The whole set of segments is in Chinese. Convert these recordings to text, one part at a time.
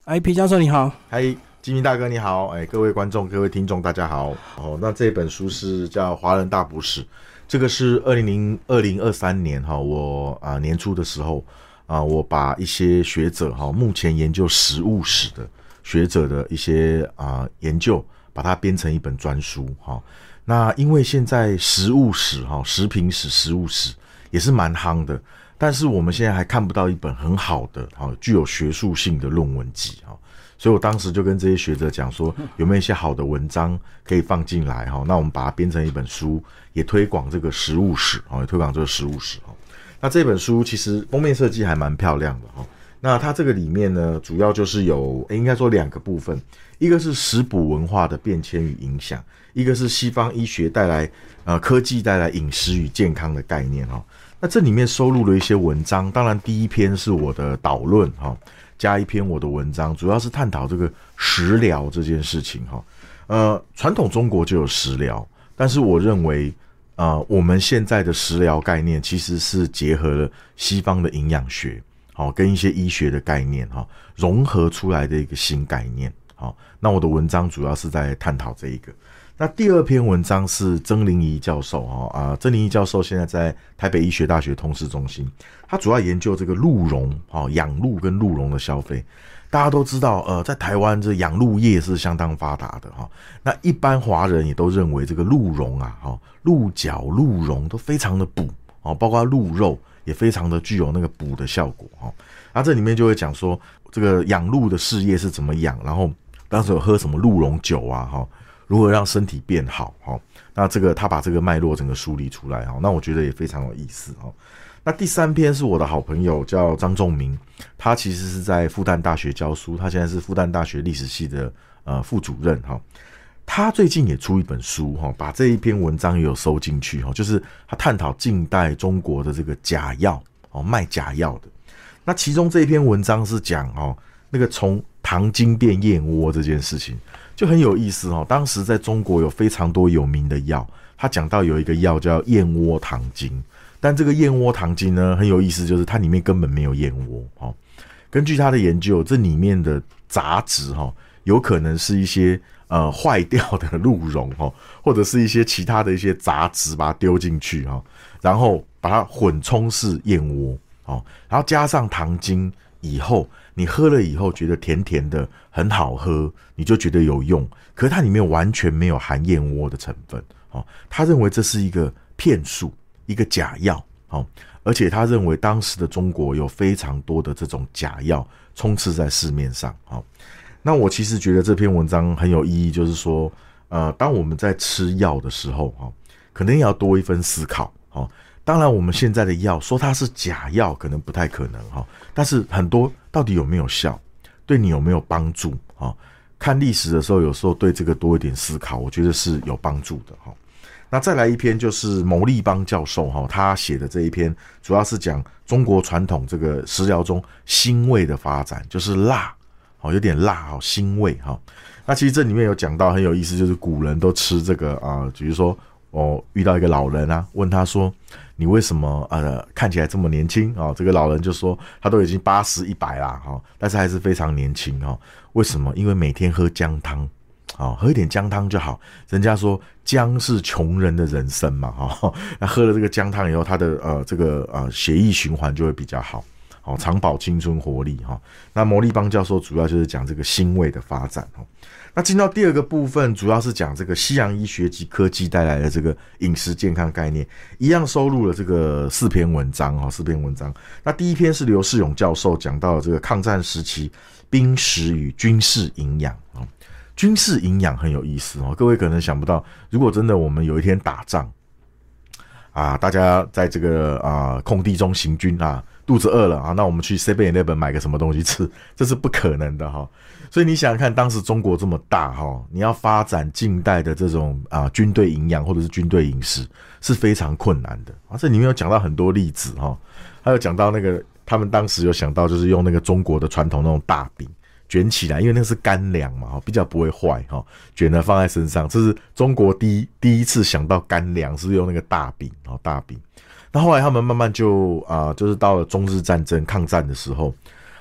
皮教授你好。 嗨，基民大哥你好。各位观众各位听众大家好。那这本书是叫《华人大补史》，这个是2023年我年初的时候我把一些学者目前研究食物史的学者的一些研究把它编成一本专书。那因为现在食物史食品史食物史也是蛮夯的，但是我们现在还看不到一本很好的具有学术性的论文集。所以我当时就跟这些学者讲说，有没有一些好的文章可以放进来那我们把它编成一本书，也推广这个食物史也推广这个食物史。那这本书其实封面设计还蛮漂亮的那它这个里面呢，主要就是有应该说两个部分，一个是食补文化的变迁与影响，一个是西方医学带来科技带来饮食与健康的概念那这里面收录了一些文章，当然第一篇是我的导论加一篇我的文章，主要是探讨这个食疗这件事情传统中国就有食疗，但是我认为我们现在的食疗概念其实是结合了西方的营养学跟一些医学的概念融合出来的一个新概念那我的文章主要是在探讨这一个。那第二篇文章是曾麟仪教授曾麟仪教授现在在台北医学大学通识中心，他主要研究这个鹿茸养鹿跟鹿茸的消费。大家都知道在台湾这养鹿业是相当发达的那一般华人也都认为这个鹿茸鹿角鹿茸都非常的补包括鹿肉也非常的具有那个补的效果那这里面就会讲说这个养鹿的事业是怎么养，然后当时有喝什么鹿茸酒如何让身体变好那这个他把这个脉络整个梳理出来那我觉得也非常有意思那第三篇是我的好朋友叫张仲明，他其实是在复旦大学教书，他现在是复旦大学历史系的副主任他最近也出一本书把这一篇文章也有收进去就是他探讨近代中国的这个假药卖假药的。那其中这一篇文章是讲那个从糖精变燕窝这件事情就很有意思当时在中国有非常多有名的药，他讲到有一个药叫燕窝糖精，但这个燕窝糖精呢很有意思，就是它里面根本没有燕窝根据他的研究，这里面的杂质有可能是一些坏掉的鹿茸或者是一些其他的一些杂质把它丢进去然后把它混充式燕窝然后加上糖精以后，你喝了以后觉得甜甜的很好喝，你就觉得有用，可是它里面完全没有含燕窝的成分他认为这是一个骗术，一个假药而且他认为当时的中国有非常多的这种假药充斥在市面上那我其实觉得这篇文章很有意义，就是说当我们在吃药的时候可能也要多一分思考当然我们现在的药说它是假药可能不太可能但是很多到底有没有效，对你有没有帮助看历史的时候有时候对这个多一点思考，我觉得是有帮助的那再来一篇就是牟立邦教授他写的这一篇主要是讲中国传统这个食疗中辛味的发展，就是辣有点辣辛味那其实这里面有讲到很有意思，就是古人都吃这个比如说遇到一个老人问他说你为什么看起来这么年轻这个老人就说他都已经80、100啦但是还是非常年轻为什么？因为每天喝姜汤喝一点姜汤就好，人家说姜是穷人的人参嘛那喝了这个姜汤以后，他的这个血液循环就会比较好长保青春活力那牟立邦教授主要就是讲这个辛味的发展那进到第二个部分，主要是讲这个西洋医学及科技带来的这个饮食健康概念，一样收录了这个4篇文章那第一篇是刘世勇教授讲到这个抗战时期兵食与军事营养军事营养很有意思各位可能想不到，如果真的我们有一天打仗大家在这个空地中行军肚子饿了那我们去 7-Eleven 买个什么东西吃，这是不可能的所以你想想看，当时中国这么大你要发展近代的这种军队营养或者是军队饮食是非常困难的这里面有讲到很多例子还有讲到那个他们当时有想到就是用那个中国的传统那种大饼卷起来，因为那是干粮嘛比较不会坏卷了放在身上，这是中国第一次想到干粮是用那个大饼那后来他们慢慢就是到了中日战争抗战的时候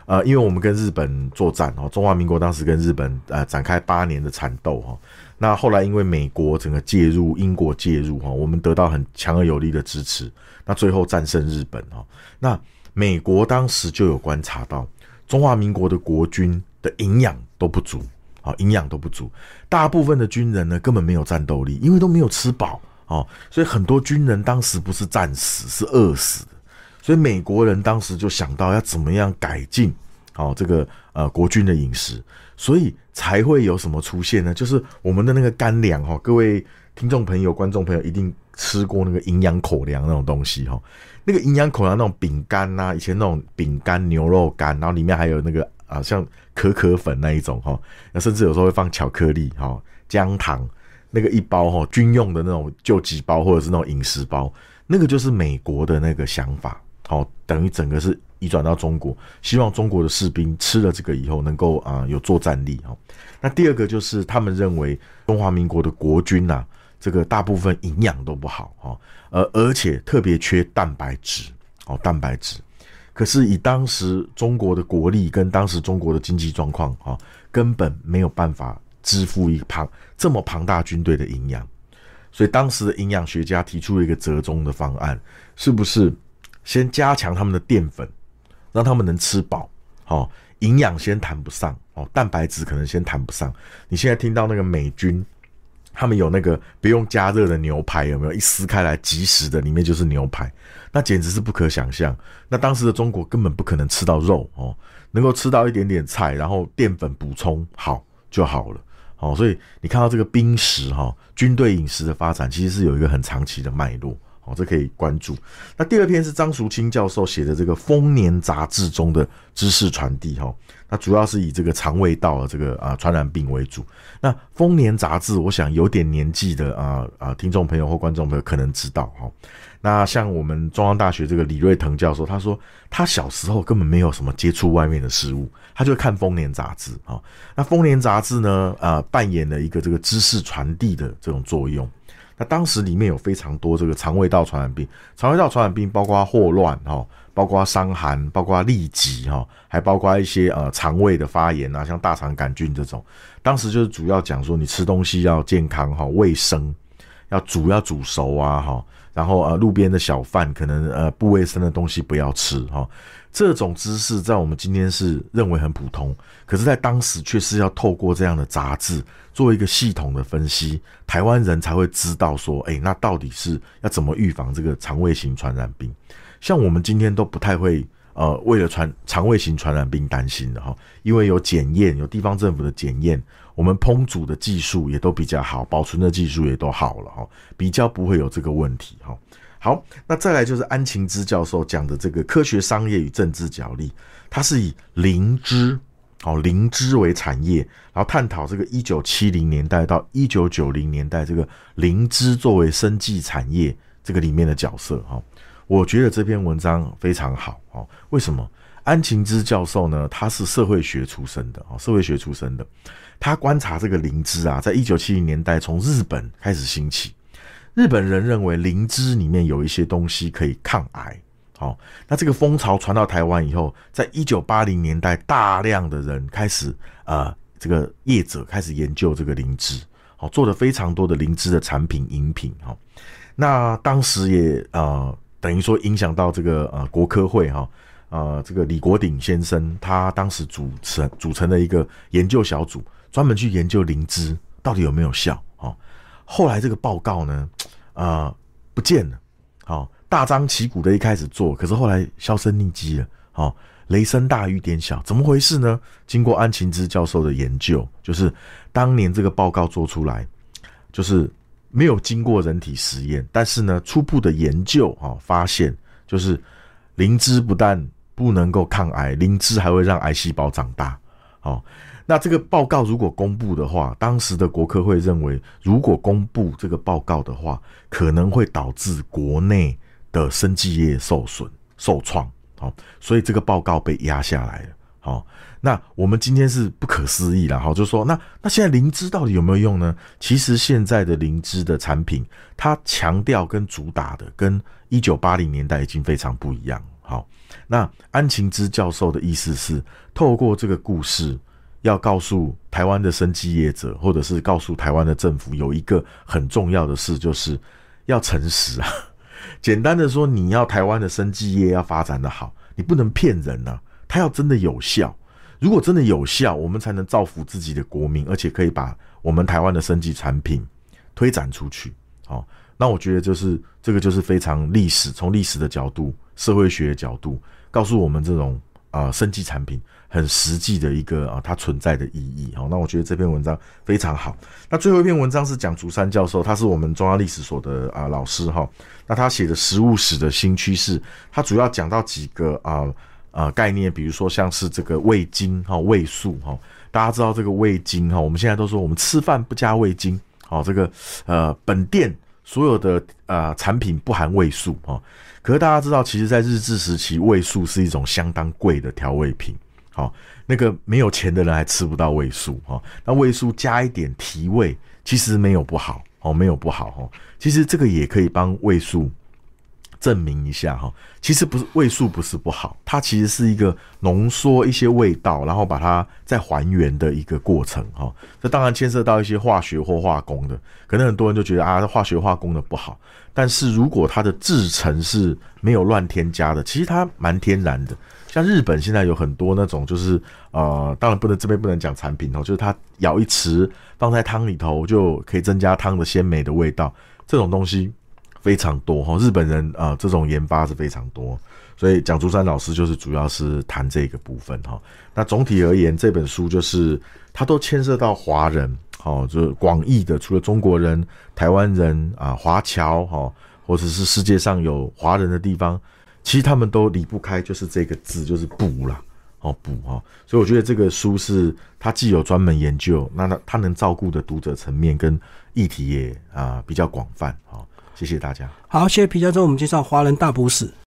因为我们跟日本作战中华民国当时跟日本展开8年的缠斗那后来因为美国整个介入，英国介入我们得到很强而有力的支持，那最后战胜日本那美国当时就有观察到中华民国的国军的营养都不足，大部分的军人呢根本没有战斗力，因为都没有吃饱所以很多军人当时不是战死，是饿死的。所以美国人当时就想到要怎么样改进这个国军的饮食，所以才会有什么出现呢？就是我们的那个干粮各位听众朋友、观众朋友一定吃过那个营养口粮那种东西那个营养口粮那种饼干以前那种饼干、牛肉干，然后里面还有那个像可可粉那一种甚至有时候会放巧克力姜糖，那个一包军用的那种救急包或者是那种饮食包，那个就是美国的那个想法等于整个是移转到中国，希望中国的士兵吃了这个以后能够有作战力那第二个就是他们认为中华民国的国军这个大部分营养都不好而且特别缺蛋白质可是以当时中国的国力跟当时中国的经济状况根本没有办法支付这么庞大军队的营养，所以当时的营养学家提出了一个折中的方案，是不是先加强他们的淀粉，让他们能吃饱营养先谈不上蛋白质可能先谈不上。你现在听到那个美军他们有那个不用加热的牛排，有没有？一撕开来即食的，里面就是牛排，那简直是不可想象。那当时的中国根本不可能吃到肉能够吃到一点点菜，然后淀粉补充好就好了所以你看到这个兵食军队饮食的发展其实是有一个很长期的脉络这可以关注。那第二篇是张淑清教授写的这个丰年杂志中的知识传递那主要是以这个肠胃道的这个传染病为主。那丰年杂志我想有点年纪的听众朋友或观众朋友可能知道那像我们中央大学这个李瑞腾教授，他说他小时候根本没有什么接触外面的事物，他就看丰年杂志那丰年杂志呢扮演了一个这个知识传递的这种作用。那当时里面有非常多这个肠胃道传染病，肠胃道传染病包括霍乱包括伤寒，包括痢疾还包括一些肠胃的发炎像大肠杆菌这种。当时就是主要讲说你吃东西要健康卫生，要煮熟然后路边的小贩可能不卫生的东西不要吃这种知识在我们今天是认为很普通，可是在当时却是要透过这样的杂志做一个系统的分析，台湾人才会知道说那到底是要怎么预防这个肠胃型传染病。像我们今天都不太会为了肠胃型传染病担心的因为有检验，有地方政府的检验，我们烹煮的技术也都比较好，保存的技术也都好了比较不会有这个问题好，那再来就是安勤之教授讲的这个科学商业与政治角力，它是以灵芝为产业，然后探讨这个1970年代到1990年代这个灵芝作为生技产业这个里面的角色我觉得这篇文章非常好为什么？安勤之教授呢，他是社会学出身的他观察这个灵芝在1970年代从日本开始兴起，日本人认为灵芝里面有一些东西可以抗癌那这个风潮传到台湾以后，在1980年代大量的人开始这个业者开始研究这个灵芝做了非常多的灵芝的产品饮品那当时也等于说影响到这个国科会这个李国鼎先生，他当时组成了一个研究小组，专门去研究灵芝到底有没有效后来这个报告呢不见了大张旗鼓的一开始做，可是后来销声匿迹了雷声大雨点小，怎么回事呢？经过安勤之教授的研究，就是当年这个报告做出来，就是没有经过人体实验，但是呢初步的研究发现，就是灵芝不但不能够抗癌，灵芝还会让癌细胞长大那这个报告如果公布的话，当时的国科会认为，如果公布这个报告的话，可能会导致国内的生技业受创所以这个报告被压下来了那我们今天是不可思议啦就是说那现在灵芝到底有没有用呢？其实现在的灵芝的产品，它强调跟主打的跟1980年代已经非常不一样那安勤之教授的意思是透过这个故事要告诉台湾的生技业者，或者是告诉台湾的政府，有一个很重要的事，就是要诚实啊。简单的说，你要台湾的生技业要发展的好，你不能骗人啊，它要真的有效。如果真的有效，我们才能造福自己的国民，而且可以把我们台湾的生技产品推展出去。好，那我觉得这个就是非常历史，从历史的角度、社会学的角度，告诉我们这种生技产品很实际的一个它存在的意义。好，那我觉得这篇文章非常好。那最后一篇文章是讲竹山教授，他是我们中央历史所的老师哈。那他写的食物史的新趋势，他主要讲到几个概念，比如说像是这个味精味素哈，大家知道这个味精哈，我们现在都说我们吃饭不加味精，好，这个本店所有的产品不含味素哈。可是大家知道，其实在日治时期，味素是一种相当贵的调味品，好，那个没有钱的人还吃不到味素哈。那味素加一点提味，其实没有不好哦，没有不好哈。其实这个也可以帮味素证明一下哈，其实不是味素不是不好，它其实是一个浓缩一些味道，然后把它再还原的一个过程哈。这当然牵涉到一些化学或化工的，可能很多人就觉得化学化工的不好，但是如果它的制成是没有乱添加的，其实它蛮天然的。像日本现在有很多那种就是当然这边不能讲产品就是它舀一匙放在汤里头就可以增加汤的鲜美的味道，这种东西非常多日本人这种研发是非常多，所以蒋竹山老师就是主要是谈这个部分那总体而言，这本书就是它都牵涉到华人就是广义的，除了中国人、台湾人华侨或者是世界上有华人的地方，其实他们都离不开就是这个字，就是补啦补所以我觉得这个书是它既有专门研究，那它能照顾的读者层面跟议题也比较广泛谢谢大家。 好，谢谢皮教授，我们介绍华人大补史。